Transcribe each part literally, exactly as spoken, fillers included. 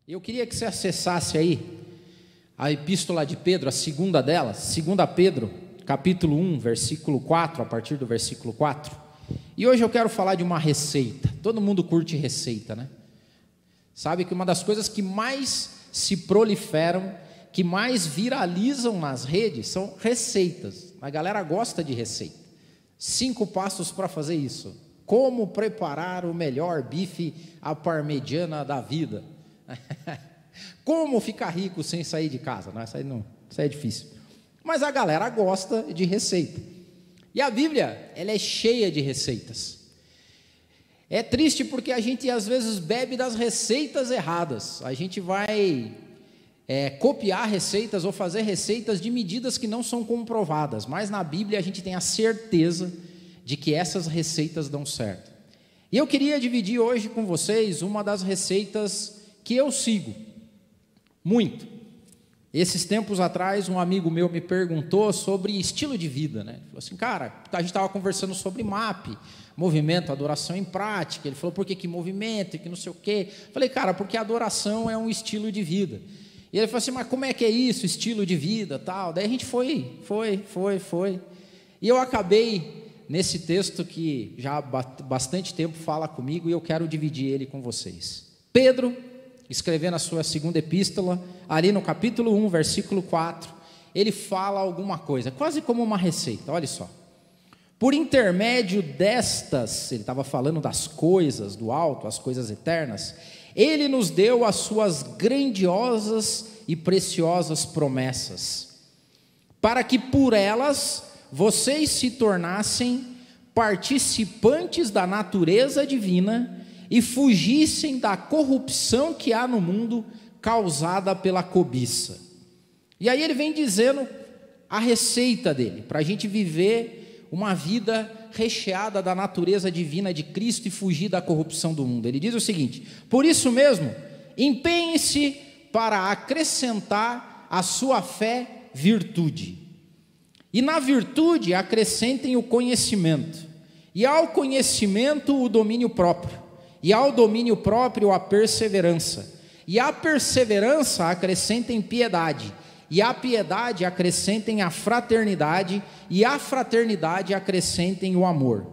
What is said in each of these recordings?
Eu queria que você acessasse aí a epístola de Pedro, a segunda delas, segunda Pedro, capítulo um, versículo quatro, a partir do versículo quatro. E hoje eu quero falar de uma receita. Todo mundo curte receita, né? Sabe que uma das coisas que mais se proliferam, que mais viralizam nas redes, são receitas. A galera gosta de receita. Cinco passos para fazer isso. Como preparar o melhor bife à parmegiana da vida. Como ficar rico sem sair de casa. Não, isso aí não, isso aí é difícil. Mas a galera gosta de receita. E a Bíblia, ela é cheia de receitas. É triste porque a gente às vezes bebe das receitas erradas. A gente vai é, copiar receitas ou fazer receitas de medidas que não são comprovadas. Mas na Bíblia a gente tem a certeza de que essas receitas dão certo. E eu queria dividir hoje com vocês uma das receitas que eu sigo muito. Esses tempos atrás, um amigo meu me perguntou sobre estilo de vida, né? Ele falou assim, cara, a gente estava conversando sobre M A P, movimento, adoração em prática. Ele falou, por que que movimento, que não sei o quê. Eu falei, cara, porque a adoração é um estilo de vida. E ele falou assim, mas como é que é isso, estilo de vida, tal? Daí a gente foi, foi, foi, foi. E eu acabei nesse texto que já há bastante tempo fala comigo e eu quero dividir ele com vocês. Pedro, escrevendo a sua segunda epístola, ali no capítulo um, versículo quatro, ele fala alguma coisa, quase como uma receita, olha só. Por intermédio destas, ele estava falando das coisas do alto, as coisas eternas, ele nos deu as suas grandiosas e preciosas promessas, para que por elas vocês se tornassem participantes da natureza divina e fugissem da corrupção que há no mundo causada pela cobiça. E aí ele vem dizendo a receita dele, para a gente viver uma vida recheada da natureza divina de Cristo e fugir da corrupção do mundo. Ele diz o seguinte, por isso mesmo, empenhe-se para acrescentar à sua fé virtude. E na virtude acrescentem o conhecimento, e ao conhecimento o domínio próprio, e ao domínio próprio a perseverança, e à perseverança acrescentem piedade, e à piedade acrescentem a fraternidade, e à fraternidade acrescentem o amor.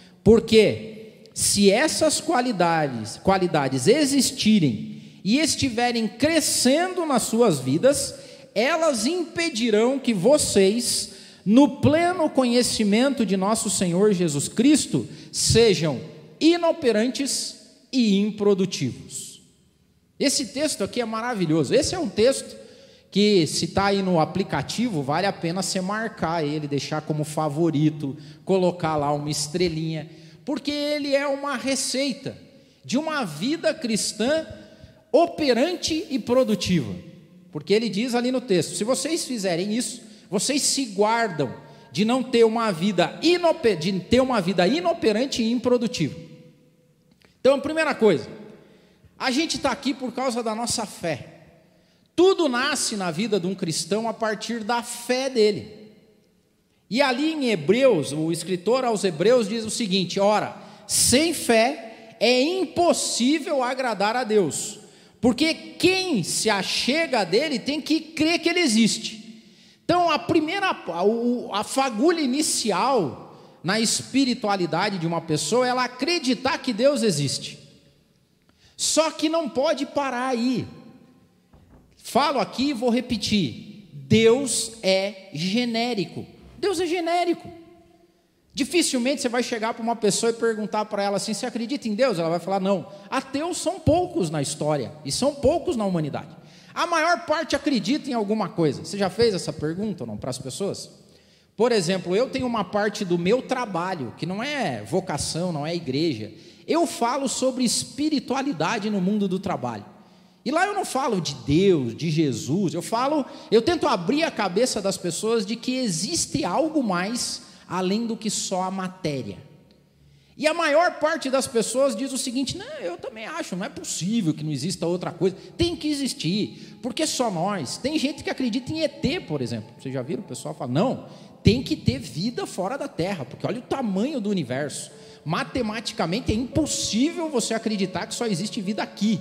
Porque se essas qualidades, qualidades existirem e estiverem crescendo nas suas vidas, elas impedirão que vocês, no pleno conhecimento de nosso Senhor Jesus Cristo, sejam inoperantes e improdutivos. Esse texto aqui é maravilhoso. Esse é um texto que, se está aí no aplicativo, vale a pena você marcar ele, deixar como favorito, colocar lá uma estrelinha, porque ele é uma receita de uma vida cristã operante e produtiva. Porque ele diz ali no texto, se vocês fizerem isso, vocês se guardam de não ter uma vida inoper... de ter uma vida inoperante e improdutiva. Então, primeira coisa, a gente está aqui por causa da nossa fé. Tudo nasce na vida de um cristão a partir da fé dele. E ali em Hebreus, o escritor aos Hebreus diz o seguinte, ora, sem fé é impossível agradar a Deus, porque quem se achega dele tem que crer que ele existe. Então, a primeira, a, a fagulha inicial na espiritualidade de uma pessoa é ela acreditar que Deus existe. Só que não pode parar aí. Falo aqui e vou repetir. Deus é genérico. Deus é genérico. Dificilmente você vai chegar para uma pessoa e perguntar para ela assim, você acredita em Deus? Ela vai falar, não. Ateus são poucos na história e são poucos na humanidade. A maior parte acredita em alguma coisa. Você já fez essa pergunta ou não para as pessoas? Por exemplo, eu tenho uma parte do meu trabalho, que não é vocação, não é igreja. Eu falo sobre espiritualidade no mundo do trabalho. E lá eu não falo de Deus, de Jesus, eu falo, eu tento abrir a cabeça das pessoas de que existe algo mais além do que só a matéria. E a maior parte das pessoas diz o seguinte, não, eu também acho, não é possível que não exista outra coisa, tem que existir, porque só nós, tem gente que acredita em E T, por exemplo, vocês já viram, o pessoal fala, não, tem que ter vida fora da Terra, porque olha o tamanho do universo, matematicamente é impossível você acreditar que só existe vida aqui,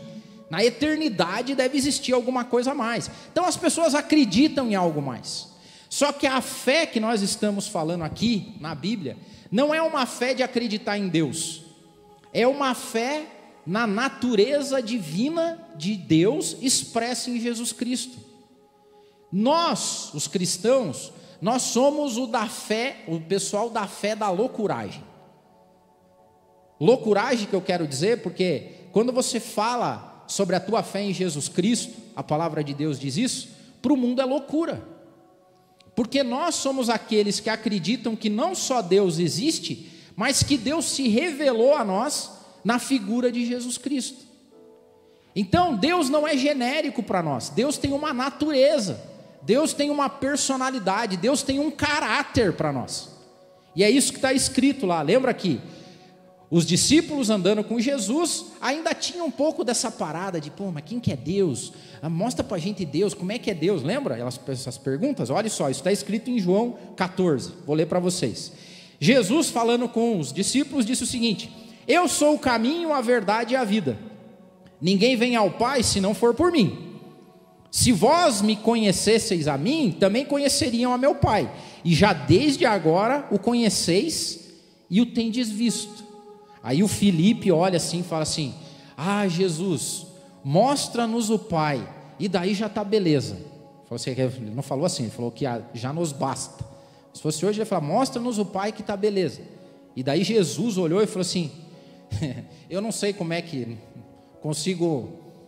Na eternidade deve existir alguma coisa a mais. Então as pessoas acreditam em algo mais. Só que a fé que nós estamos falando aqui na Bíblia não é uma fé de acreditar em Deus. É uma fé na natureza divina de Deus expressa em Jesus Cristo. Nós, os cristãos, nós somos o da fé, o pessoal da fé da loucuragem. Loucuragem que eu quero dizer, porque quando você fala sobre a tua fé em Jesus Cristo, a palavra de Deus diz isso, para o mundo é loucura. Porque nós somos aqueles que acreditam que não só Deus existe, mas que Deus se revelou a nós na figura de Jesus Cristo. Então Deus não é genérico para nós, Deus tem uma natureza, Deus tem uma personalidade, Deus tem um caráter para nós. E é isso que está escrito lá, lembra aqui? Os discípulos andando com Jesus ainda tinham um pouco dessa parada de, pô, mas quem que é Deus? Mostra para a gente Deus, como é que é Deus? Lembra elas, essas perguntas? Olha só, isso está escrito em João quatorze, vou ler para vocês. Jesus falando com os discípulos disse o seguinte: eu sou o caminho, a verdade e a vida. Ninguém vem ao Pai se não for por mim. Se vós me conhecesseis a mim, também conheceriam a meu Pai. E já desde agora o conheceis e o tendes visto. Aí o Filipe olha assim e fala assim: ah, Jesus, mostra-nos o Pai, e daí já está beleza. Ele não falou assim, ele falou que já nos basta. Se fosse hoje ele ia falar: mostra-nos o Pai que está beleza. E daí Jesus olhou e falou assim: eu não sei como é que consigo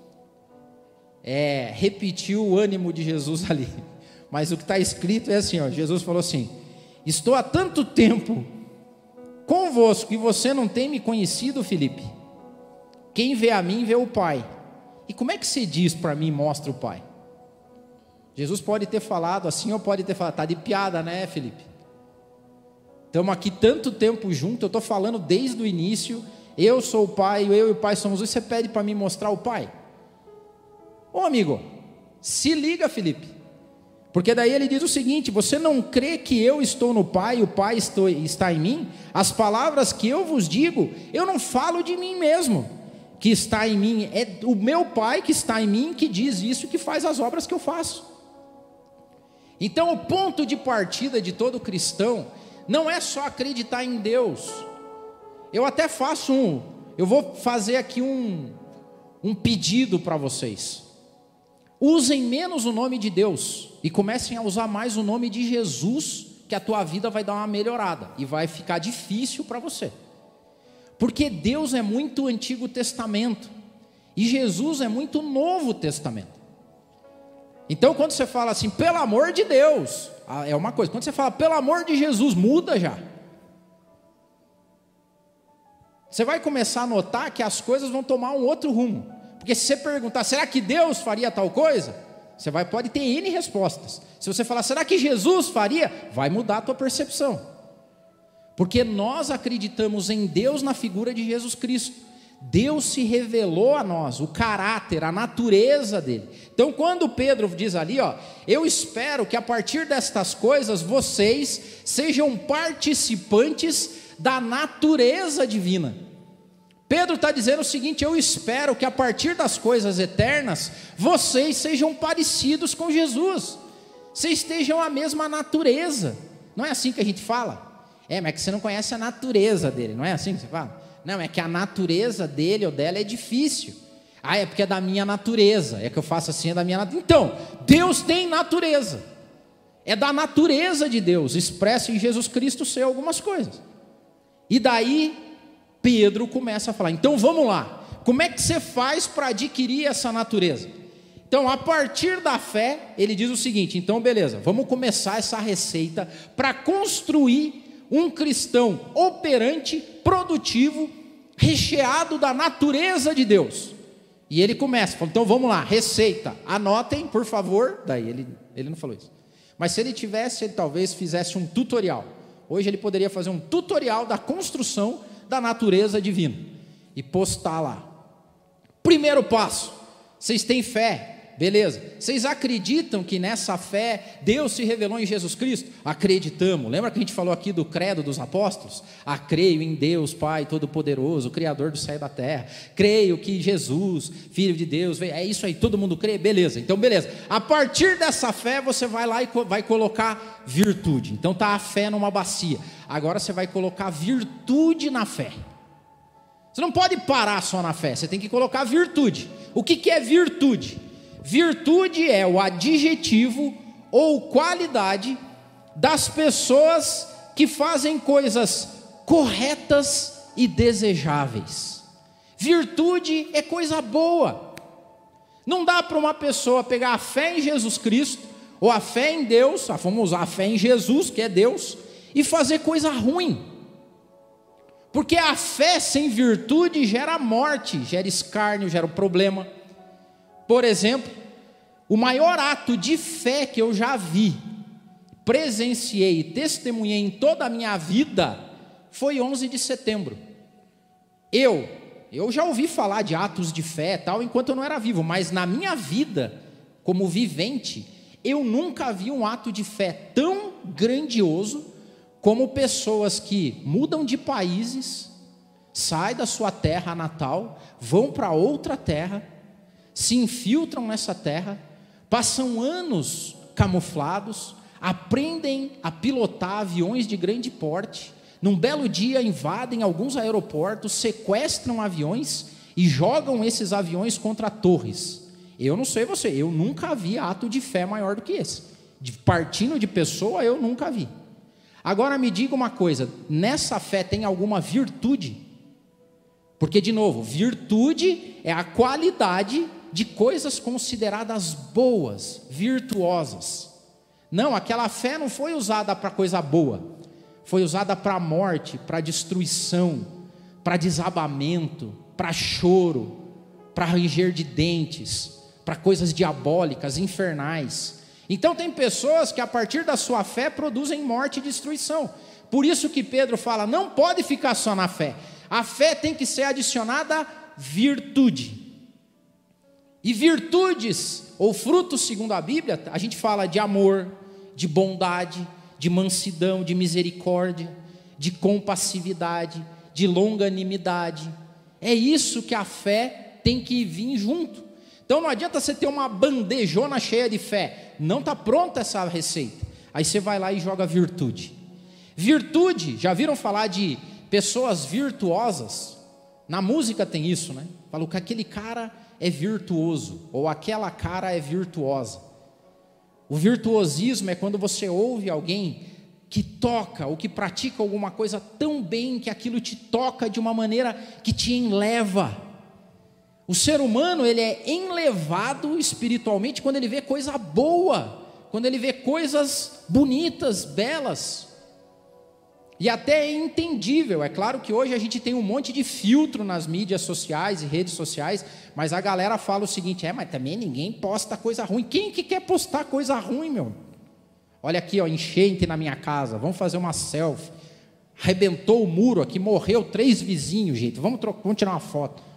é, repetir o ânimo de Jesus ali, mas o que está escrito é assim, ó, Jesus falou assim: estou há tanto tempo convosco e você não tem me conhecido, Filipe. Quem vê a mim vê o Pai. E como é que você diz para mim, mostra o Pai? Jesus pode ter falado assim, ou pode ter falado, tá de piada, né, Filipe? Estamos aqui tanto tempo junto, eu estou falando desde o início, eu sou o Pai, eu e o Pai somos um, e você pede para mim mostrar o Pai? Ô amigo, se liga, Filipe. Porque daí ele diz o seguinte: você não crê que eu estou no Pai e o Pai estou, está em mim? As palavras que eu vos digo, eu não falo de mim mesmo, que está em mim, é o meu Pai que está em mim que diz isso, que faz as obras que eu faço. Então o ponto de partida de todo cristão não é só acreditar em Deus. Eu até faço um, eu vou fazer aqui um, um pedido para vocês. Usem menos o nome de Deus e comecem a usar mais o nome de Jesus, que a tua vida vai dar uma melhorada e vai ficar difícil para você. Porque Deus é muito Antigo Testamento e Jesus é muito Novo Testamento. Então quando você fala assim, pelo amor de Deus, é uma coisa. Quando você fala pelo amor de Jesus, muda já. Você vai começar a notar que as coisas vão tomar um outro rumo. Porque se você perguntar, será que Deus faria tal coisa? Você vai, pode ter N respostas. Se você falar, será que Jesus faria? Vai mudar a tua percepção. Porque nós acreditamos em Deus na figura de Jesus Cristo. Deus se revelou a nós, o caráter, a natureza dele. Então quando Pedro diz ali, ó, eu espero que a partir destas coisas vocês sejam participantes da natureza divina. Pedro está dizendo o seguinte: eu espero que a partir das coisas eternas, vocês sejam parecidos com Jesus, vocês estejam a mesma natureza. Não é assim que a gente fala? É, mas é que você não conhece a natureza dele, não é assim que você fala? Não, é que a natureza dele ou dela é difícil. Ah, é porque é da minha natureza, é que eu faço assim, é da minha natureza. Então, Deus tem natureza, é da natureza de Deus, expressa em Jesus Cristo ser algumas coisas. E daí Pedro começa a falar, então vamos lá, como é que você faz para adquirir essa natureza? Então a partir da fé, ele diz o seguinte, então beleza, vamos começar essa receita para construir um cristão operante, produtivo, recheado da natureza de Deus. E ele começa, então vamos lá, receita, anotem por favor, daí ele, ele não falou isso, mas se ele tivesse, ele talvez fizesse um tutorial, hoje ele poderia fazer um tutorial da construção da natureza divina e postar lá. Primeiro passo: vocês têm fé Beleza. Vocês acreditam que nessa fé Deus se revelou em Jesus Cristo? Acreditamos. Lembra que a gente falou aqui do credo dos apóstolos? Ah, creio em Deus Pai Todo-Poderoso, Criador do céu e da terra. Creio que Jesus, Filho de Deus, veio. É isso aí, todo mundo crê? Beleza. Então, beleza. A partir dessa fé, você vai lá e vai colocar virtude. Então tá a fé numa bacia. Agora você vai colocar virtude na fé. Você não pode parar só na fé, você tem que colocar virtude. O que que é virtude? Virtude é o adjetivo ou qualidade das pessoas que fazem coisas corretas e desejáveis. Virtude é coisa boa. Não dá para uma pessoa pegar a fé em Jesus Cristo, ou a fé em Deus, vamos usar a fé em Jesus, que é Deus, e fazer coisa ruim. Porque a fé sem virtude gera morte, gera escárnio, gera um problema. Por exemplo, o maior ato de fé que eu já vi, presenciei e testemunhei em toda a minha vida, foi onze de setembro. Eu, eu já ouvi falar de atos de fé e tal, enquanto eu não era vivo, mas na minha vida, como vivente, eu nunca vi um ato de fé tão grandioso, como pessoas que mudam de países, saem da sua terra natal, vão para outra terra, se infiltram nessa terra, passam anos camuflados, aprendem a pilotar aviões de grande porte, num belo dia invadem alguns aeroportos, sequestram aviões e jogam esses aviões contra torres. Eu não sei você, eu nunca vi ato de fé maior do que esse. De partindo de pessoa, eu nunca vi. Agora me diga uma coisa, nessa fé tem alguma virtude? Porque, de novo, virtude é a qualidade de coisas consideradas boas, virtuosas. Não, aquela fé não foi usada para coisa boa, foi usada para morte, para destruição, para desabamento, para choro, para ranger de dentes, para coisas diabólicas, infernais. Então tem pessoas que a partir da sua fé produzem morte e destruição. Por isso que Pedro fala, não pode ficar só na fé. A fé tem que ser adicionada virtude. E virtudes, ou frutos segundo a Bíblia, a gente fala de amor, de bondade, de mansidão, de misericórdia, de compassividade, de longanimidade. É isso que a fé tem que vir junto. Então não adianta você ter uma bandejona cheia de fé, não está pronta essa receita. Aí você vai lá e joga virtude. Virtude, já viram falar de pessoas virtuosas? Na música tem isso, né? Falou que aquele cara é virtuoso, ou aquela cara é virtuosa. O virtuosismo é quando você ouve alguém que toca, ou que pratica alguma coisa tão bem, que aquilo te toca de uma maneira que te enleva. O ser humano, ele é enlevado espiritualmente quando ele vê coisa boa, quando ele vê coisas bonitas, belas. E até é entendível, é claro que hoje a gente tem um monte de filtro nas mídias sociais e redes sociais, mas a galera fala o seguinte, é, mas também ninguém posta coisa ruim. Quem que quer postar coisa ruim, meu? Olha aqui, ó, enchente na minha casa, vamos fazer uma selfie. Arrebentou o muro aqui, morreu três vizinhos, gente, vamos, vamos tirar uma foto.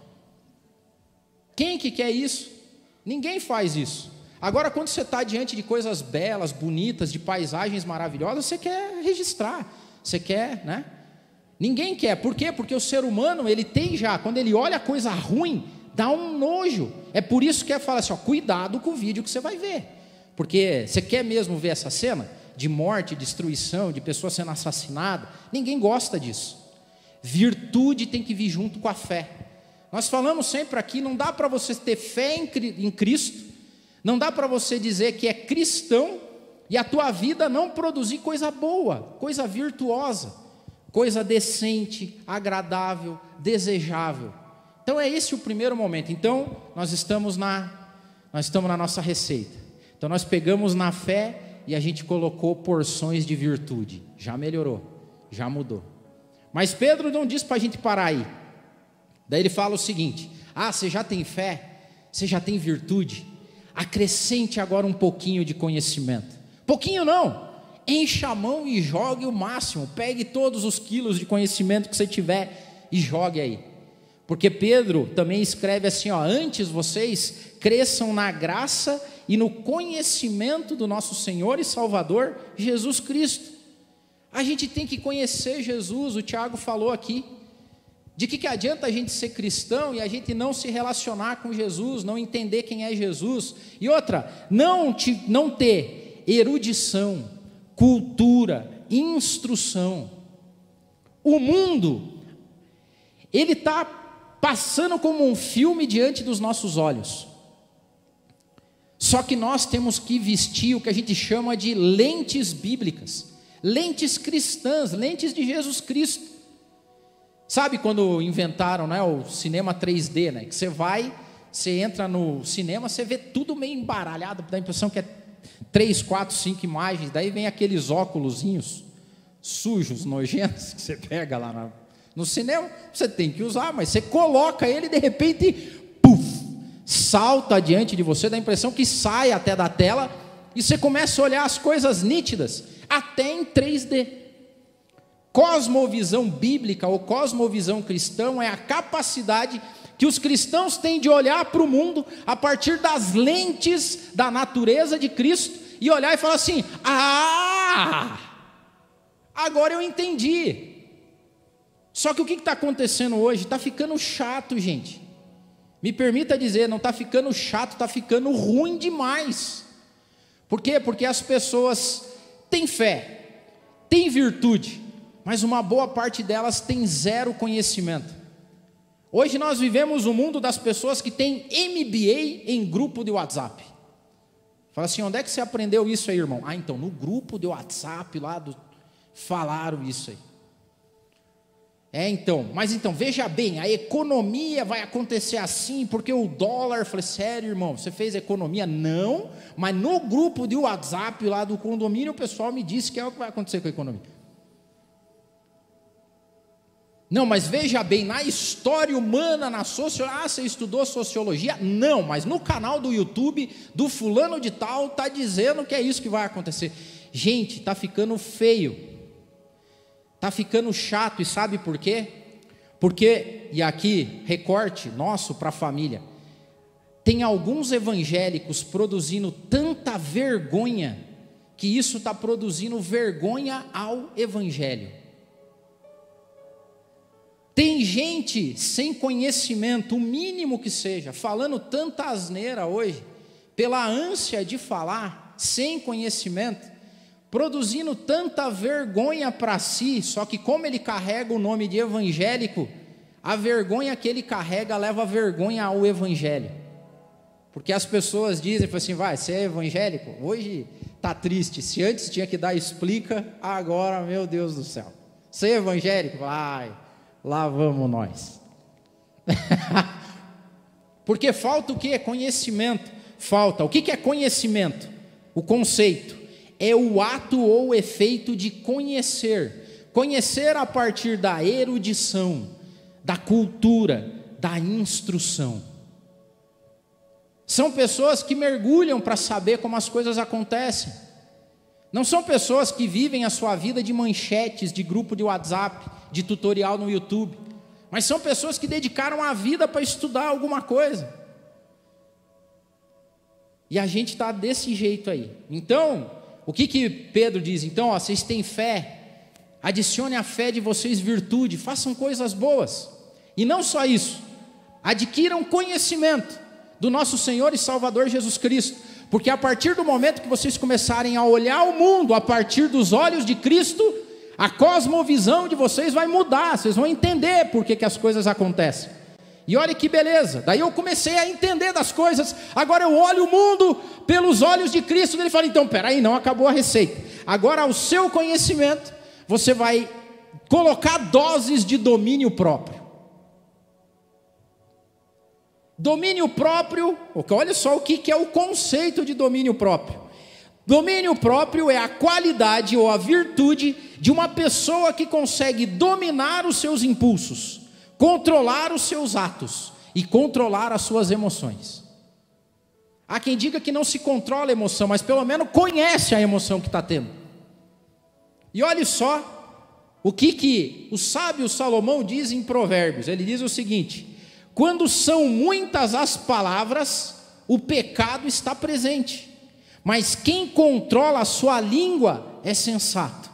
Quem que quer isso? Ninguém faz isso. Agora, quando você está diante de coisas belas, bonitas, de paisagens maravilhosas, você quer registrar, você quer, né? Ninguém quer, por quê? Porque o ser humano, ele tem já, quando ele olha coisa ruim, dá um nojo. É por isso que é falar assim, ó, cuidado com o vídeo que você vai ver. Porque você quer mesmo ver essa cena de morte, destruição, de pessoas sendo assassinadas? Ninguém gosta disso. Virtude tem que vir junto com a fé. Nós falamos sempre aqui, não dá para você ter fé em Cristo, não dá para você dizer que é cristão e a tua vida não produzir coisa boa, coisa virtuosa, coisa decente, agradável, desejável. Então é esse o primeiro momento. Então nós estamos na, nós estamos na nossa receita. Então nós pegamos na fé e a gente colocou porções de virtude. Já melhorou, já mudou. Mas Pedro não diz para a gente parar aí. Daí ele fala o seguinte, ah, você já tem fé, você já tem virtude, acrescente agora um pouquinho de conhecimento. Pouquinho não, encha a mão e jogue o máximo, pegue todos os quilos de conhecimento que você tiver e jogue aí. Porque Pedro também escreve assim, ó, antes vocês cresçam na graça e no conhecimento do nosso Senhor e Salvador Jesus Cristo. A gente tem que conhecer Jesus, o Tiago falou aqui. De que, que adianta a gente ser cristão e a gente não se relacionar com Jesus, não entender quem é Jesus? E outra, não, te, não ter erudição, cultura, instrução. O mundo, ele está passando como um filme diante dos nossos olhos. Só que nós temos que vestir o que a gente chama de lentes bíblicas, lentes cristãs, lentes de Jesus Cristo. Sabe quando inventaram, né, o cinema três D, né? Que você vai, você entra no cinema, você vê tudo meio embaralhado, dá a impressão que é três, quatro, cinco imagens, daí vem aqueles óculosinhos sujos, nojentos, que você pega lá na, no cinema, você tem que usar, mas você coloca ele e de repente, puf, salta diante de você, dá a impressão que sai até da tela, e você começa a olhar as coisas nítidas, até em três D. Cosmovisão bíblica ou cosmovisão cristã é a capacidade que os cristãos têm de olhar para o mundo a partir das lentes da natureza de Cristo e olhar e falar assim: ah, agora eu entendi. Só que o que está acontecendo hoje? Está ficando chato, gente. Me permita dizer, não está ficando chato, está ficando ruim demais. Por quê? Porque as pessoas têm fé, têm virtude, mas uma boa parte delas tem zero conhecimento. Hoje nós vivemos o mundo das pessoas que têm M B A em grupo de WhatsApp. Fala assim, onde é que você aprendeu isso aí, irmão? Ah, então, no grupo de WhatsApp lá, do... falaram isso aí. É, então, mas então, veja bem, a economia vai acontecer assim, porque o dólar... Eu falei, sério, irmão, você fez economia? Não, mas no grupo de WhatsApp lá do condomínio, o pessoal me disse que é o que vai acontecer com a economia. Não, mas veja bem, na história humana, na sociologia, ah, você estudou sociologia? Não, mas no canal do YouTube, do fulano de tal, está dizendo que é isso que vai acontecer. Gente, está ficando feio, está ficando chato, e sabe por quê? Porque, e aqui, recorte nosso para a família, tem alguns evangélicos produzindo tanta vergonha, que isso está produzindo vergonha ao evangelho. Tem gente sem conhecimento, o mínimo que seja, falando tanta asneira hoje, pela ânsia de falar, sem conhecimento, produzindo tanta vergonha para si, só que como ele carrega o nome de evangélico, a vergonha que ele carrega leva vergonha ao evangelho. Porque as pessoas dizem assim, vai, você é evangélico? Hoje está triste, se antes tinha que dar explica, agora, meu Deus do céu. Você é evangélico? Vai. Lá vamos nós. Porque falta o que? Conhecimento. Falta. O que é conhecimento? O conceito é o ato ou efeito de conhecer. Conhecer a partir da erudição, da cultura, da instrução. São pessoas que mergulham para saber como as coisas acontecem. Não são pessoas que vivem a sua vida de manchetes, de grupo de WhatsApp, de tutorial no YouTube, mas são pessoas que dedicaram a vida para estudar alguma coisa. E a gente está desse jeito aí. Então, o que que Pedro diz? Então, ó, vocês têm fé, adicione à fé de vocês virtude, façam coisas boas. E não só isso, adquiram conhecimento do nosso Senhor e Salvador Jesus Cristo. Porque a partir do momento que vocês começarem a olhar o mundo a partir dos olhos de Cristo, a cosmovisão de vocês vai mudar, vocês vão entender por que que as coisas acontecem. E olha que beleza, daí eu comecei a entender das coisas, agora eu olho o mundo pelos olhos de Cristo, e ele fala, então, peraí, não acabou a receita. Agora ao seu conhecimento, você vai colocar doses de domínio próprio. Domínio próprio, olha só o que é o conceito de domínio próprio. Domínio próprio é a qualidade ou a virtude de uma pessoa que consegue dominar os seus impulsos, controlar os seus atos e controlar as suas emoções. Há quem diga que não se controla a emoção, mas pelo menos conhece a emoção que está tendo. E olha só o que, que o sábio Salomão diz em Provérbios. Ele diz o seguinte: quando são muitas as palavras, o pecado está presente, mas quem controla a sua língua é sensato.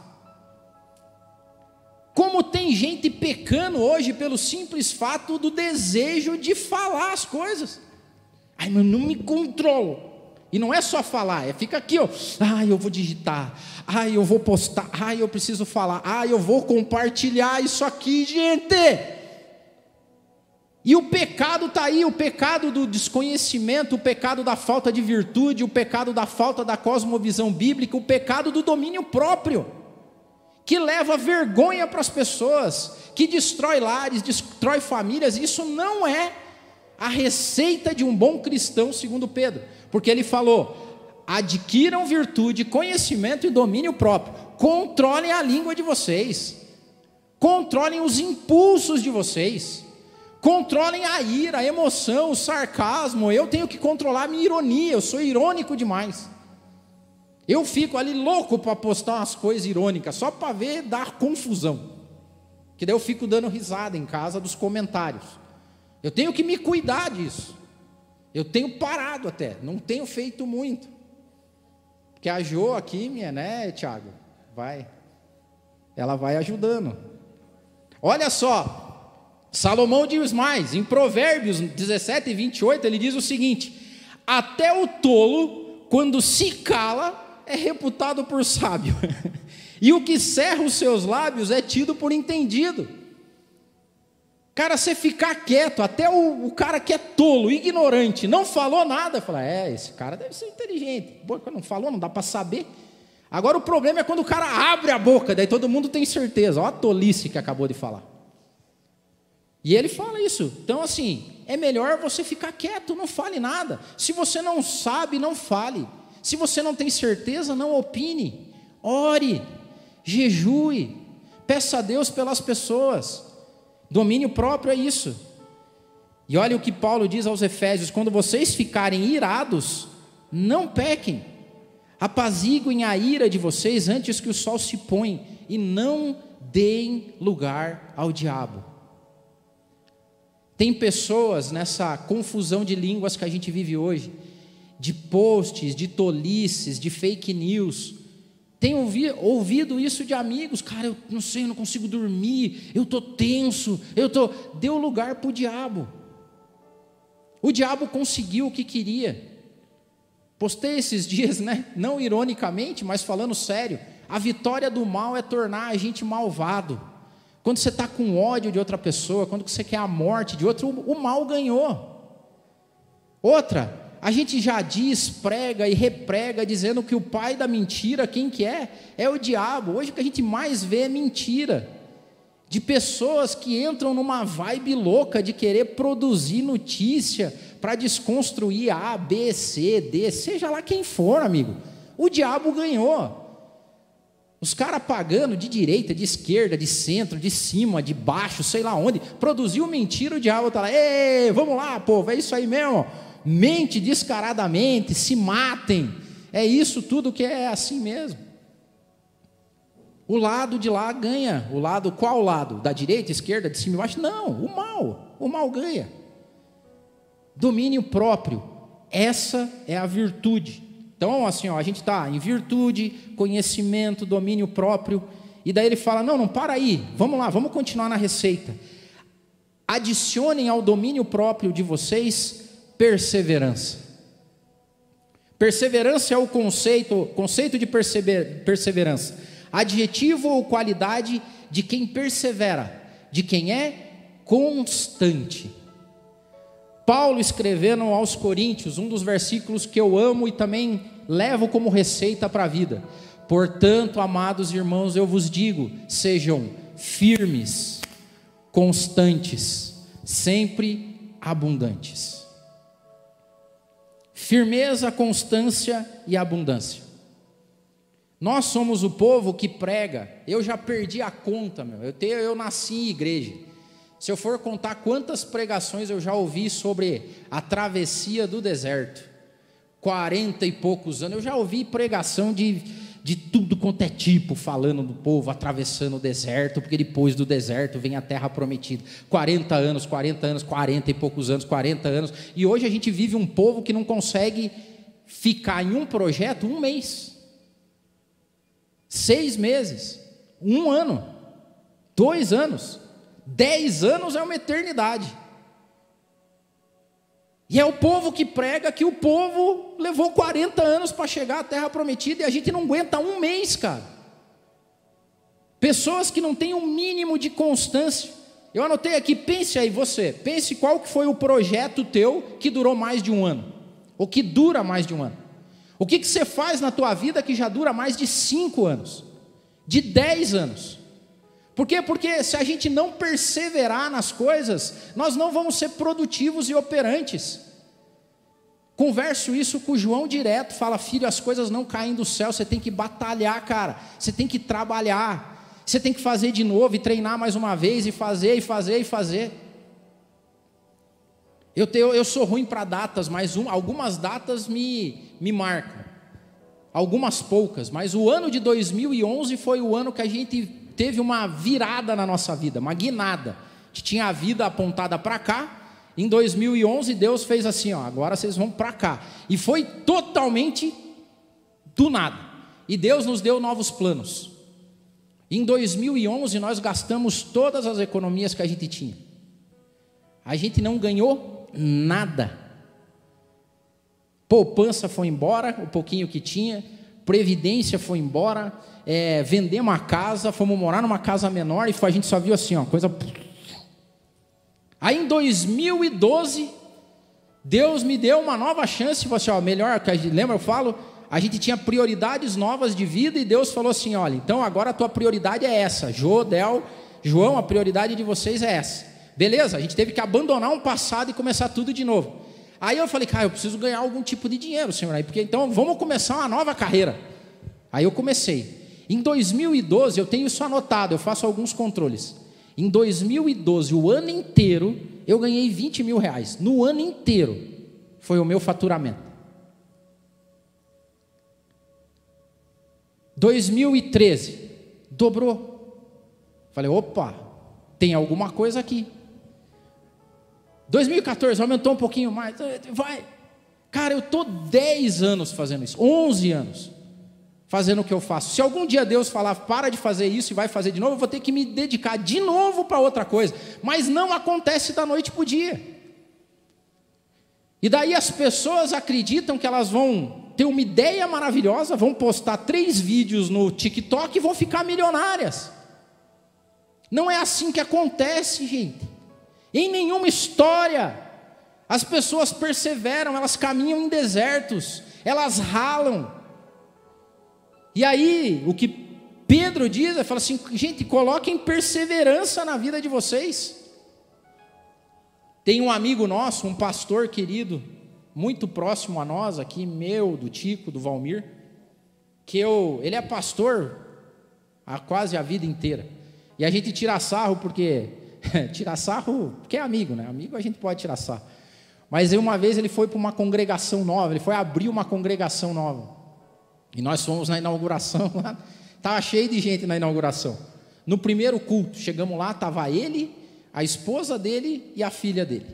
Como tem gente pecando hoje pelo simples fato do desejo de falar as coisas. Ai, mas não me controlo. E não é só falar, é fica aqui, ó. Ai, eu vou digitar. Ai, eu vou postar. Ai, eu preciso falar. Ai, eu vou compartilhar isso aqui, gente. E o pecado está aí, o pecado do desconhecimento, o pecado da falta de virtude, o pecado da falta da cosmovisão bíblica, o pecado do domínio próprio, que leva vergonha para as pessoas, que destrói lares, destrói famílias. Isso não é a receita de um bom cristão, segundo Pedro, porque ele falou: adquiram virtude, conhecimento e domínio próprio, controlem a língua de vocês, controlem os impulsos de vocês, controlem a ira, a emoção, o sarcasmo. Eu tenho que controlar a minha ironia, eu sou irônico demais. Eu fico ali louco para postar umas coisas irônicas, só para ver dar confusão, que daí eu fico dando risada em casa dos comentários. Eu tenho que me cuidar disso. Eu tenho parado até, não tenho feito muito, porque a Jo aqui, minha, né, Tiago, vai, ela vai ajudando. Olha só, Salomão diz mais, em Provérbios dezessete, vinte e oito, ele diz o seguinte: até o tolo, quando se cala, é reputado por sábio, e o que cerra os seus lábios é tido por entendido. Cara, você ficar quieto, até o, o cara que é tolo, ignorante, não falou nada, fala: é, esse cara deve ser inteligente. Pô, não falou, não dá para saber. Agora o problema é quando o cara abre a boca, daí todo mundo tem certeza, olha a tolice que acabou de falar. E ele fala isso. Então assim, é melhor você ficar quieto, não fale nada. Se você não sabe, não fale. Se você não tem certeza, não opine. Ore, jejue, peça a Deus pelas pessoas. Domínio próprio é isso. E olha o que Paulo diz aos Efésios: quando vocês ficarem irados, não pequem, apaziguem a ira de vocês antes que o sol se ponha, e não deem lugar ao diabo. Tem pessoas nessa confusão de línguas que a gente vive hoje, de posts, de tolices, de fake news. Tenho ouvi, ouvido isso de amigos: cara, eu não sei, eu não consigo dormir, eu estou tenso, eu tô... Deu lugar para o diabo. O diabo conseguiu o que queria. Postei esses dias, né? Não ironicamente, mas falando sério: a vitória do mal é tornar a gente malvado. Quando você está com ódio de outra pessoa, quando você quer a morte de outro, o mal ganhou. Outra, a gente já diz, prega e reprega, dizendo que o pai da mentira, quem que é? É o diabo. Hoje o que a gente mais vê é mentira, de pessoas que entram numa vibe louca de querer produzir notícia para desconstruir A, B, C, D, seja lá quem for, amigo. O diabo ganhou. Os caras pagando de direita, de esquerda, de centro, de cima, de baixo, sei lá onde, produziu mentira, o diabo está lá: ei, vamos lá, povo, é isso aí mesmo. Mente descaradamente, se matem. É isso tudo que é assim mesmo. O lado de lá ganha. O lado, qual lado? Da direita, esquerda, de cima e baixo? Não, o mal. O mal ganha. Domínio próprio. Essa é a virtude. Então assim, ó, a gente está em virtude, conhecimento, domínio próprio. E daí ele fala: não, não, para aí. Vamos lá, vamos continuar na receita. Adicionem ao domínio próprio de vocês perseverança. Perseverança é o conceito, conceito de persever, perseverança, adjetivo ou qualidade de quem persevera, de quem é constante. Paulo escrevendo aos Coríntios, um dos versículos que eu amo e também levo como receita para a vida: portanto, amados irmãos, eu vos digo, sejam firmes, constantes, sempre abundantes. Firmeza, constância e abundância. Nós somos o povo que prega. Eu já perdi a conta, meu. Eu, tenho, eu nasci em igreja. Se eu for contar quantas pregações eu já ouvi sobre a travessia do deserto, quarenta e poucos anos, eu já ouvi pregação de, de tudo quanto é tipo, falando do povo, atravessando o deserto, porque depois do deserto vem a terra prometida. quarenta anos, quarenta anos, quarenta e poucos anos, quarenta anos. E hoje a gente vive um povo que não consegue ficar em um projeto um mês, seis meses, um ano, dois anos, dez anos é uma eternidade. E é o povo que prega que o povo levou quarenta anos para chegar à terra prometida e a gente não aguenta um mês, cara. Pessoas que não têm um mínimo de constância. Eu anotei aqui, pense aí você, pense qual que foi o projeto teu que durou mais de um ano, ou que dura mais de um ano. O que, que você faz na tua vida que já dura mais de cinco anos, de dez anos? Por quê? Porque se a gente não perseverar nas coisas, nós não vamos ser produtivos e operantes. Converso isso com o João direto, fala, filho, as coisas não caem do céu, você tem que batalhar, cara, você tem que trabalhar, você tem que fazer de novo e treinar mais uma vez, e fazer, e fazer, e fazer. Eu, tenho, eu sou ruim para datas, mas um, algumas datas me, me marcam, algumas poucas, mas o ano de dois mil e onze foi o ano que a gente teve uma virada na nossa vida, uma guinada. A gente tinha a vida apontada para cá. Em dois mil e onze Deus fez assim, ó, agora vocês vão para cá. E foi totalmente do nada. E Deus nos deu novos planos. Em dois mil e onze nós gastamos todas as economias que a gente tinha. A gente não ganhou nada. Poupança foi embora, o pouquinho que tinha. Previdência foi embora. É, vendemos uma casa, fomos morar numa casa menor e a gente só viu assim, ó, coisa... Aí em dois mil e doze, Deus me deu uma nova chance, falou assim, ó, melhor, lembra eu falo, a gente tinha prioridades novas de vida e Deus falou assim, olha, então agora a tua prioridade é essa, Jô, Del, João, a prioridade de vocês é essa. Beleza, a gente teve que abandonar um passado e começar tudo de novo. Aí eu falei, cara, eu preciso ganhar algum tipo de dinheiro, Senhor, aí, porque então vamos começar uma nova carreira. Aí eu comecei. Em dois mil e doze, eu tenho isso anotado, eu faço alguns controles. Em dois mil e doze, o ano inteiro, eu ganhei vinte mil reais. No ano inteiro, foi o meu faturamento. dois mil e treze, dobrou. Falei, opa, tem alguma coisa aqui. dois mil e quatorze, aumentou um pouquinho mais. Vai. Cara, eu estou dez anos fazendo isso, onze anos. Fazendo o que eu faço. Se algum dia Deus falar, para de fazer isso e vai fazer de novo, eu vou ter que me dedicar de novo para outra coisa. Mas não acontece da noite para o dia. E daí as pessoas acreditam que elas vão ter uma ideia maravilhosa, vão postar três vídeos no TikTok e vão ficar milionárias. Não é assim que acontece, gente. Em nenhuma história. As pessoas perseveram, elas caminham em desertos, elas ralam. E aí, o que Pedro diz, ele fala assim, gente, coloquem perseverança na vida de vocês. Tem um amigo nosso, um pastor querido, muito próximo a nós aqui, meu, do Tico, do Valmir, que eu, ele é pastor há quase a vida inteira. E a gente tira sarro porque, tira sarro porque é amigo, né? Amigo a gente pode tirar sarro. Mas uma vez ele foi para uma congregação nova, ele foi abrir uma congregação nova. E nós fomos na inauguração lá, estava cheio de gente na inauguração. No primeiro culto, chegamos lá, estava ele, a esposa dele e a filha dele.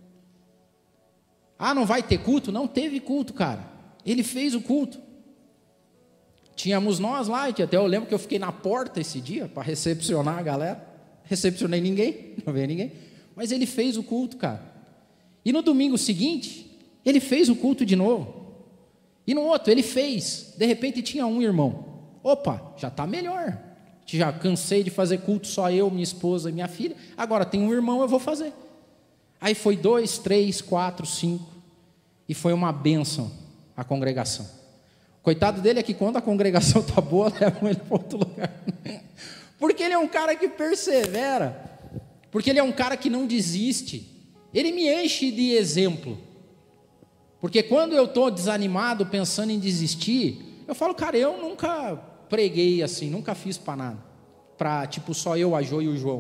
Ah, não vai ter culto? Não teve culto, cara. Ele fez o culto. Tínhamos nós lá, até eu lembro que eu fiquei na porta esse dia, para recepcionar a galera. Recepcionei ninguém, não veio ninguém. Mas ele fez o culto, cara. E no domingo seguinte, ele fez o culto de novo. E no outro, ele fez, de repente tinha um irmão. Opa, já está melhor. Já cansei de fazer culto só eu, minha esposa e minha filha. Agora tem um irmão, eu vou fazer. Aí foi dois, três, quatro, cinco. E foi uma bênção a congregação. Coitado dele é que quando a congregação está boa, levam ele para outro lugar. Porque ele é um cara que persevera. Porque ele é um cara que não desiste. Ele me enche de exemplo. Porque quando eu estou desanimado, pensando em desistir, eu falo, cara, eu nunca preguei assim, nunca fiz para nada. Para, tipo, só eu, a Jo e o João.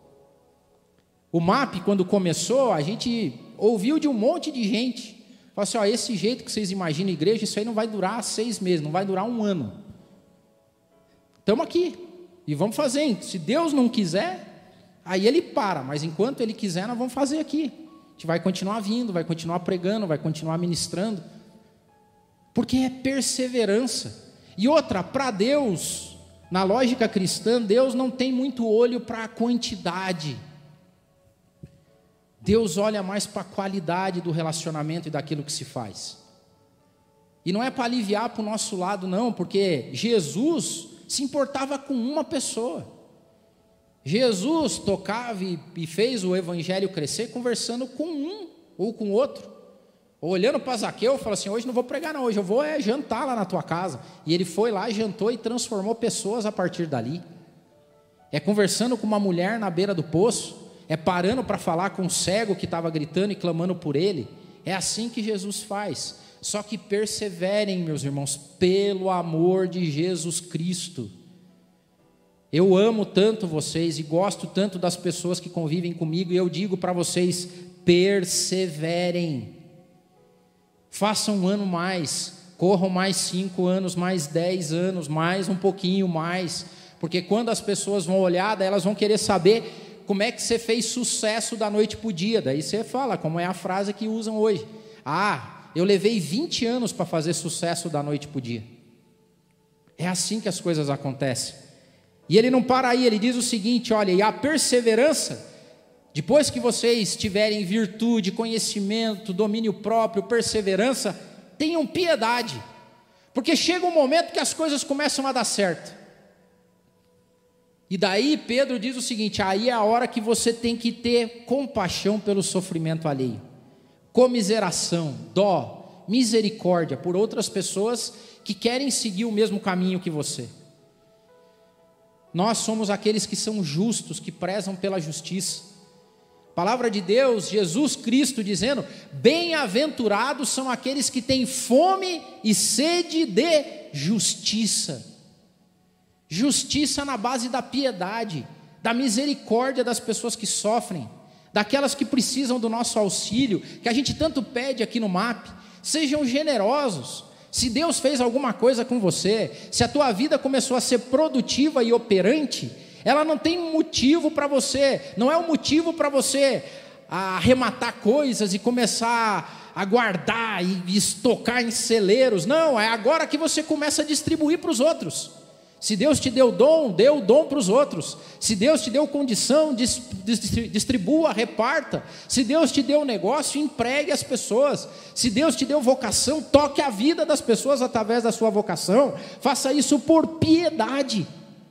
O M A P, quando começou, a gente ouviu de um monte de gente. Falou assim, ó, esse jeito que vocês imaginam igreja, isso aí não vai durar seis meses, não vai durar um ano. estamos aqui, e vamos fazer. Se Deus não quiser, aí Ele para, mas enquanto Ele quiser, nós vamos fazer aqui. A gente vai continuar vindo, vai continuar pregando, vai continuar ministrando, porque é perseverança. E outra, para Deus, na lógica cristã, Deus não tem muito olho para a quantidade. Deus olha mais para a qualidade do relacionamento e daquilo que se faz. E não é para aliviar para o nosso lado, não, porque Jesus se importava com uma pessoa. Jesus tocava e, e fez o evangelho crescer conversando com um ou com outro. Ou olhando para Zaqueu, falou assim: hoje não vou pregar não, hoje eu vou é, jantar lá na tua casa. E ele foi lá, jantou e transformou pessoas a partir dali. É conversando com uma mulher na beira do poço, é parando para falar com um cego que estava gritando e clamando por ele. É assim que Jesus faz. Só que perseverem, meus irmãos, pelo amor de Jesus Cristo. Eu amo tanto vocês e gosto tanto das pessoas que convivem comigo, e eu digo para vocês: perseverem. Façam um ano mais, corram mais cinco anos, mais dez anos, mais um pouquinho mais, porque quando as pessoas vão olhar, elas vão querer saber como é que você fez sucesso da noite para o dia. Daí você fala, como é a frase que usam hoje: ah, eu levei vinte anos para fazer sucesso da noite para o dia. É assim que as coisas acontecem. E ele não para aí, ele diz o seguinte: olha, e a perseverança, depois que vocês tiverem virtude, conhecimento, domínio próprio, perseverança, tenham piedade, porque chega um momento que as coisas começam a dar certo. E daí Pedro diz o seguinte: aí é a hora que você tem que ter compaixão pelo sofrimento alheio, comiseração, dó, misericórdia por outras pessoas que querem seguir o mesmo caminho que você. Nós somos aqueles que são justos, que prezam pela justiça. Palavra de Deus, Jesus Cristo dizendo: bem-aventurados são aqueles que têm fome e sede de justiça. Justiça na base da piedade, da misericórdia das pessoas que sofrem, daquelas que precisam do nosso auxílio, que a gente tanto pede aqui no M A P. Sejam generosos. Se Deus fez alguma coisa com você, se a tua vida começou a ser produtiva e operante, ela não tem motivo para você, não é um motivo para você arrematar coisas e começar a guardar e estocar em celeiros. Não, é agora que você começa a distribuir para os outros. Se Deus te deu dom, dê o dom para os outros. Se Deus te deu condição, distribua, reparta. Se Deus te deu negócio, empregue as pessoas. Se Deus te deu vocação, toque a vida das pessoas através da sua vocação. Faça isso por piedade.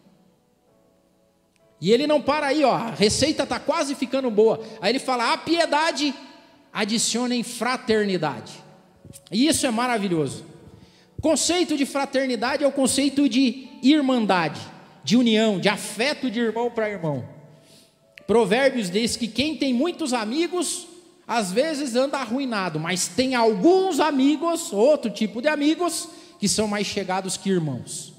E ele não para aí, ó, a receita está quase ficando boa. Aí ele fala: a piedade, adicionem fraternidade. E isso é maravilhoso. O conceito de fraternidade é o conceito de irmandade, de união, de afeto de irmão para irmão. Provérbios diz que quem tem muitos amigos, às vezes anda arruinado, mas tem alguns amigos, outro tipo de amigos, que são mais chegados que irmãos.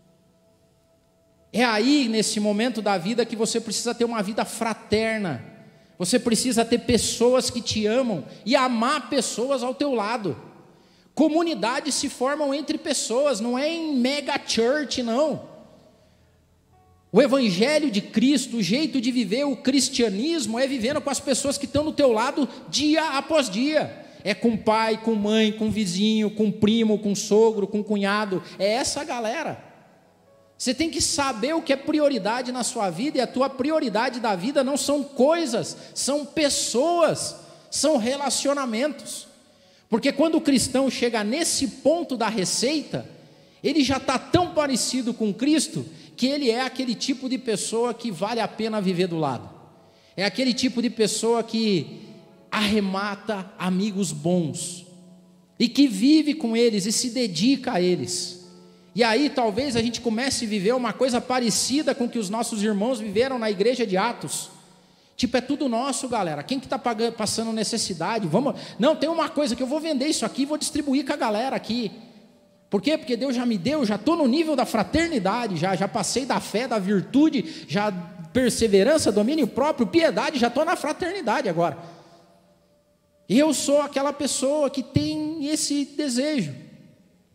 É aí, nesse momento da vida, que você precisa ter uma vida fraterna. Você precisa ter pessoas que te amam e amar pessoas ao teu lado. Comunidades se formam entre pessoas, não é em mega church, não. O evangelho de Cristo, o jeito de viver o cristianismo é vivendo com as pessoas que estão do teu lado dia após dia. É com pai, com mãe, com vizinho, com primo, com sogro, com cunhado. É essa galera. Você tem que saber o que é prioridade na sua vida, e a tua prioridade da vida não são coisas, são pessoas, são relacionamentos. Porque quando o cristão chega nesse ponto da receita, ele já está tão parecido com Cristo, que ele é aquele tipo de pessoa que vale a pena viver do lado. É aquele tipo de pessoa que arremata amigos bons, e que vive com eles e se dedica a eles. E aí talvez a gente comece a viver uma coisa parecida com o que os nossos irmãos viveram na igreja de Atos. Tipo, é tudo nosso, galera. Quem que está passando necessidade? Vamos... Não, tem uma coisa que eu vou vender isso aqui e vou distribuir com a galera aqui. Por quê? Porque Deus já me deu, já estou no nível da fraternidade, já, já passei da fé, da virtude, já perseverança, domínio próprio, piedade, já estou na fraternidade agora. Eu sou aquela pessoa que tem esse desejo.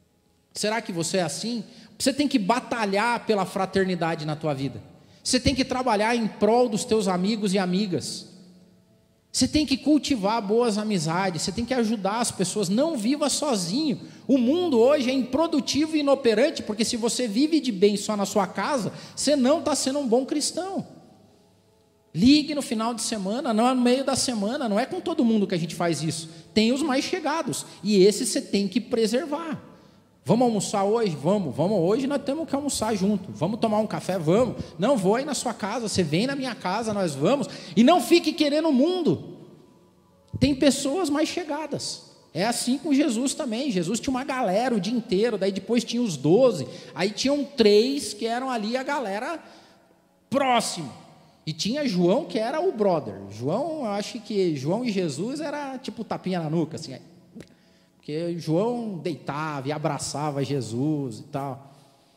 Será que você é assim? Você tem que batalhar pela fraternidade na tua vida. Você tem que trabalhar em prol dos teus amigos e amigas. Você tem que cultivar boas amizades. Você tem que ajudar as pessoas. Não viva sozinho. O mundo hoje é improdutivo e inoperante, porque se você vive de bem só na sua casa, você não está sendo um bom cristão. Ligue no final de semana, não é no meio da semana. Não é com todo mundo que a gente faz isso. Tem os mais chegados. E esses você tem que preservar. Vamos almoçar hoje? Vamos, vamos. Hoje nós temos que almoçar junto. Vamos tomar um café? Vamos. Não, vou aí na sua casa, você vem na minha casa, nós vamos. E não fique querendo o mundo. Tem pessoas mais chegadas. É assim com Jesus também. Jesus tinha uma galera o dia inteiro, daí depois tinha os doze. Aí tinham três que eram ali a galera próxima. E tinha João que era o brother. João, eu acho que João e Jesus era tipo tapinha na nuca, assim. Porque João deitava e abraçava Jesus e tal.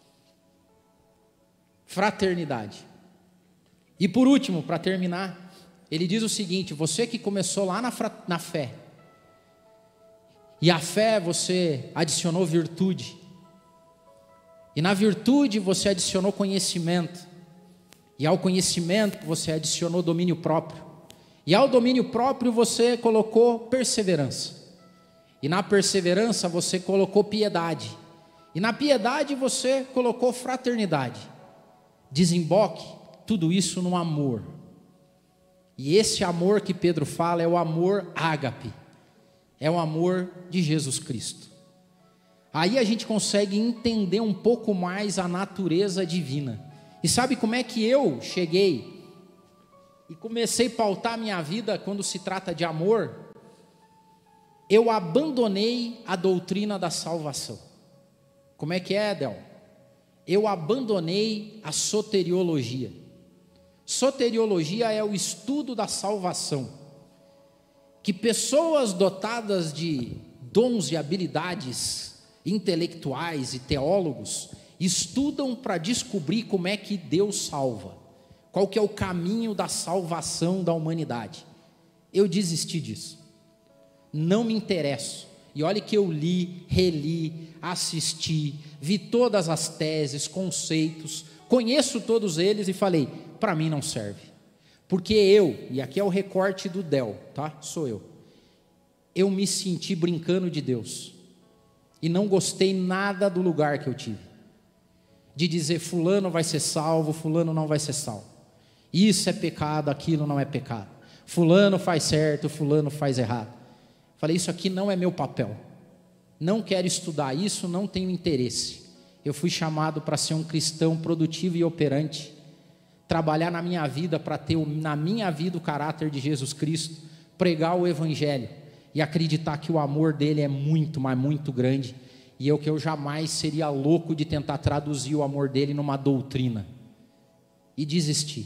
Fraternidade. E por último, para terminar, ele diz o seguinte: você que começou lá na, na fé, e a fé você adicionou virtude, e na virtude você adicionou conhecimento, e ao conhecimento você adicionou domínio próprio, e ao domínio próprio você colocou perseverança. E na perseverança você colocou piedade. E na piedade você colocou fraternidade. Desemboque tudo isso no amor. E esse amor que Pedro fala é o amor ágape. É o amor de Jesus Cristo. Aí a gente consegue entender um pouco mais a natureza divina. E sabe como é que eu cheguei e comecei a pautar minha vida quando se trata de amor? Eu abandonei a doutrina da salvação. Como é que é, Edel? Eu abandonei a soteriologia. Soteriologia é o estudo da salvação, que pessoas dotadas de dons e habilidades intelectuais e teólogos estudam para descobrir como é que Deus salva, qual que é o caminho da salvação da humanidade. Eu desisti disso. Não me interesso. E olha que eu li, reli, assisti, vi todas as teses, conceitos, conheço todos eles e falei, para mim não serve. Porque eu, e aqui é o recorte do Del, tá? Sou eu. Eu me senti brincando de Deus. E não gostei nada do lugar que eu tive. De dizer fulano vai ser salvo, fulano não vai ser salvo. Isso é pecado, aquilo não é pecado. Fulano faz certo, fulano faz errado. Falei, isso aqui não é meu papel. Não quero estudar isso, não tenho interesse. Eu fui chamado para ser um cristão produtivo e operante. Trabalhar na minha vida para ter na minha vida o caráter de Jesus Cristo. Pregar o Evangelho. E acreditar que o amor dele é muito, mas muito grande. E eu que eu jamais seria louco de tentar traduzir o amor dele numa doutrina. E desistir.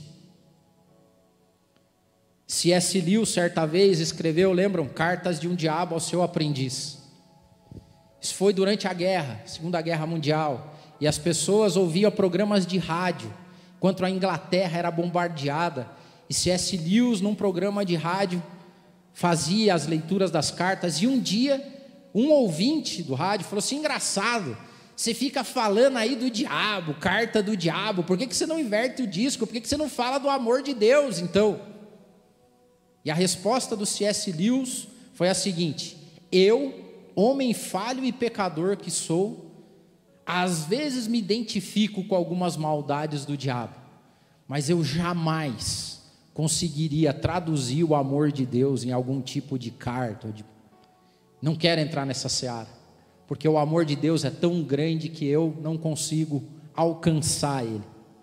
C S Lewis, certa vez, escreveu, lembram? Cartas de um Diabo ao seu aprendiz. Isso foi durante a guerra, Segunda Guerra Mundial. E as pessoas ouviam programas de rádio, enquanto a Inglaterra era bombardeada. E C S Lewis, num programa de rádio, fazia as leituras das cartas. E um dia, um ouvinte do rádio falou assim, engraçado, você fica falando aí do diabo, carta do diabo. Por que que você não inverte o disco? Por que que você não fala do amor de Deus, então? E a resposta do C S Lewis foi a seguinte: eu, homem falho e pecador que sou, às vezes me identifico com algumas maldades do diabo, mas eu jamais conseguiria traduzir o amor de Deus em algum tipo de carta. De... Não quero entrar nessa seara, porque o amor de Deus é tão grande que eu não consigo alcançar ele.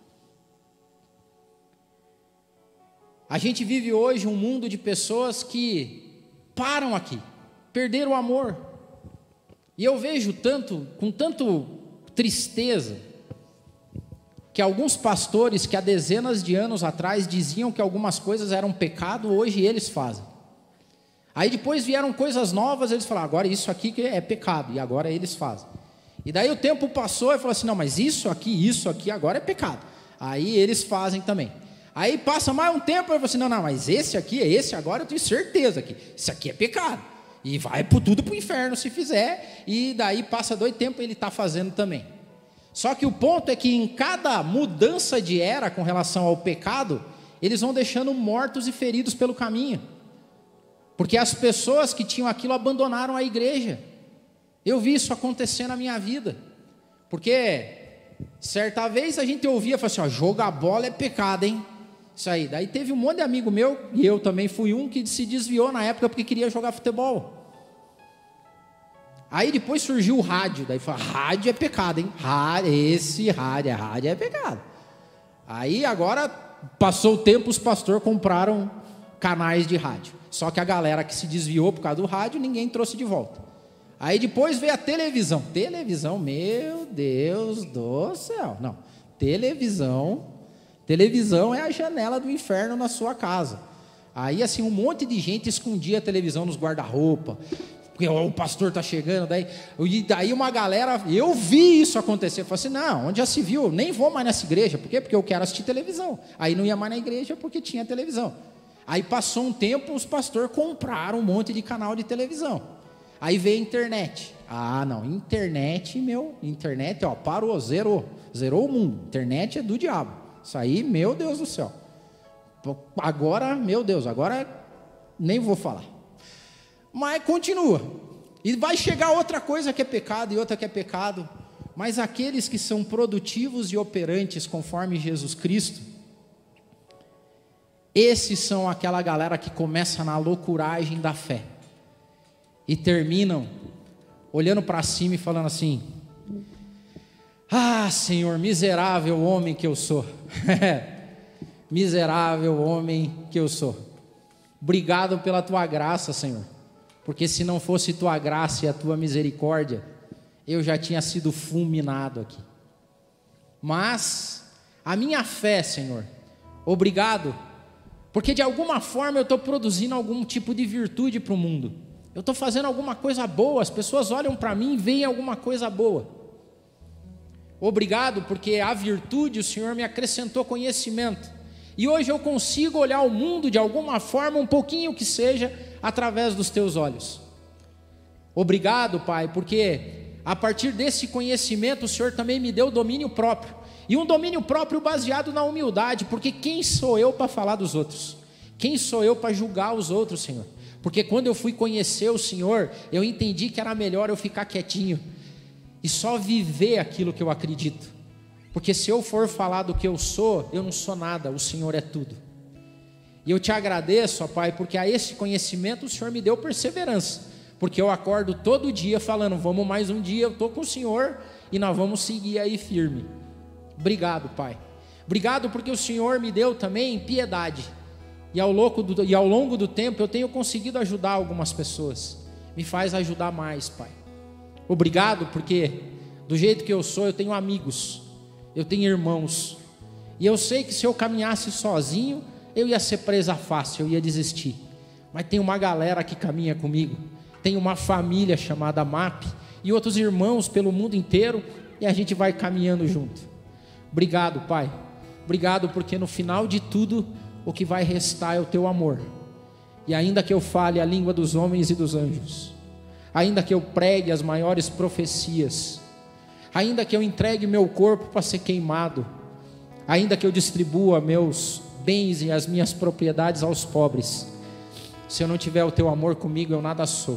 A gente vive hoje um mundo de pessoas que param aqui, perderam o amor. E eu vejo tanto, com tanto tristeza, que alguns pastores que há dezenas de anos atrás diziam que algumas coisas eram pecado, hoje eles fazem. Aí depois vieram coisas novas, eles falaram, agora isso aqui é pecado, e agora eles fazem. E daí o tempo passou e falou assim, não, mas isso aqui, isso aqui agora é pecado. Aí eles fazem também. Aí passa mais um tempo e fala assim, não, não, mas esse aqui, esse agora eu tenho certeza que isso aqui é pecado. E vai por tudo para o inferno se fizer, e daí passa dois tempos ele está fazendo também. Só que o ponto é que em cada mudança de era com relação ao pecado, eles vão deixando mortos e feridos pelo caminho. Porque as pessoas que tinham aquilo abandonaram a igreja. Eu vi isso acontecer na minha vida. Porque certa vez a gente ouvia, falava assim, ó, jogar bola é pecado, hein? Isso aí. Daí teve um monte de amigo meu, e eu também fui um, que se desviou na época porque queria jogar futebol. Aí depois surgiu o rádio, daí falou, rádio é pecado, hein? Rádio, esse rádio, é rádio é pecado. Aí agora, passou o tempo, os pastores compraram canais de rádio. Só que a galera que se desviou por causa do rádio, ninguém trouxe de volta. Aí depois veio a televisão. Televisão, meu Deus do céu. Não, televisão, televisão é a janela do inferno na sua casa. Aí assim, um monte de gente escondia a televisão nos guarda-roupa, porque ó, o pastor está chegando, daí, e daí uma galera, eu vi isso acontecer, eu falei assim, não, onde já se viu, nem vou mais nessa igreja, por quê? Porque eu quero assistir televisão, aí não ia mais na igreja porque tinha televisão. Aí passou um tempo, os pastores compraram um monte de canal de televisão, aí veio a internet, ah não, internet, meu, internet, ó, parou, zerou, zerou o mundo, internet é do diabo, isso aí, meu Deus do céu, agora, meu Deus, agora nem vou falar. Mas continua, e vai chegar outra coisa que é pecado e outra que é pecado, mas aqueles que são produtivos e operantes conforme Jesus Cristo, esses são aquela galera que começa na loucuragem da fé, e terminam olhando para cima e falando assim, ah Senhor, miserável homem que eu sou, miserável homem que eu sou, obrigado pela tua graça, Senhor, porque se não fosse tua graça e a tua misericórdia, eu já tinha sido fulminado aqui. Mas a minha fé, Senhor, obrigado, porque de alguma forma eu estou produzindo algum tipo de virtude para o mundo. Eu estou fazendo alguma coisa boa, as pessoas olham para mim e veem alguma coisa boa. Obrigado, porque a virtude, o Senhor me acrescentou conhecimento. E hoje eu consigo olhar o mundo de alguma forma, um pouquinho que seja, através dos teus olhos. Obrigado, Pai, porque a partir desse conhecimento o Senhor também me deu domínio próprio. E um domínio próprio baseado na humildade, porque quem sou eu para falar dos outros? Quem sou eu para julgar os outros, Senhor? Porque quando eu fui conhecer o Senhor, eu entendi que era melhor eu ficar quietinho e só viver aquilo que eu acredito. Porque se eu for falar do que eu sou, eu não sou nada, o Senhor é tudo. E eu te agradeço, ó Pai, porque a esse conhecimento o Senhor me deu perseverança. Porque eu acordo todo dia falando, vamos mais um dia, eu estou com o Senhor e nós vamos seguir aí firme. Obrigado, Pai. Obrigado porque o Senhor me deu também piedade. E ao, longo do, e ao longo do tempo eu tenho conseguido ajudar algumas pessoas. Me faz ajudar mais, Pai. Obrigado porque do jeito que eu sou eu tenho amigos. Eu tenho irmãos, e eu sei que se eu caminhasse sozinho, eu ia ser presa fácil, eu ia desistir, mas tem uma galera que caminha comigo, tem uma família chamada M A P, e outros irmãos pelo mundo inteiro, e a gente vai caminhando junto. Obrigado, Pai, obrigado porque no final de tudo, o que vai restar é o teu amor, e ainda que eu fale a língua dos homens e dos anjos, ainda que eu pregue as maiores profecias, ainda que eu entregue meu corpo para ser queimado, ainda que eu distribua meus bens e as minhas propriedades aos pobres, se eu não tiver o teu amor comigo, eu nada sou.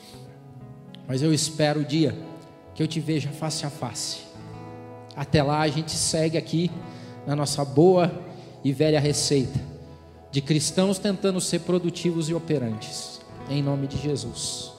Mas eu espero o dia que eu te veja face a face. Até lá a gente segue aqui na nossa boa e velha receita de cristãos tentando ser produtivos e operantes, em nome de Jesus.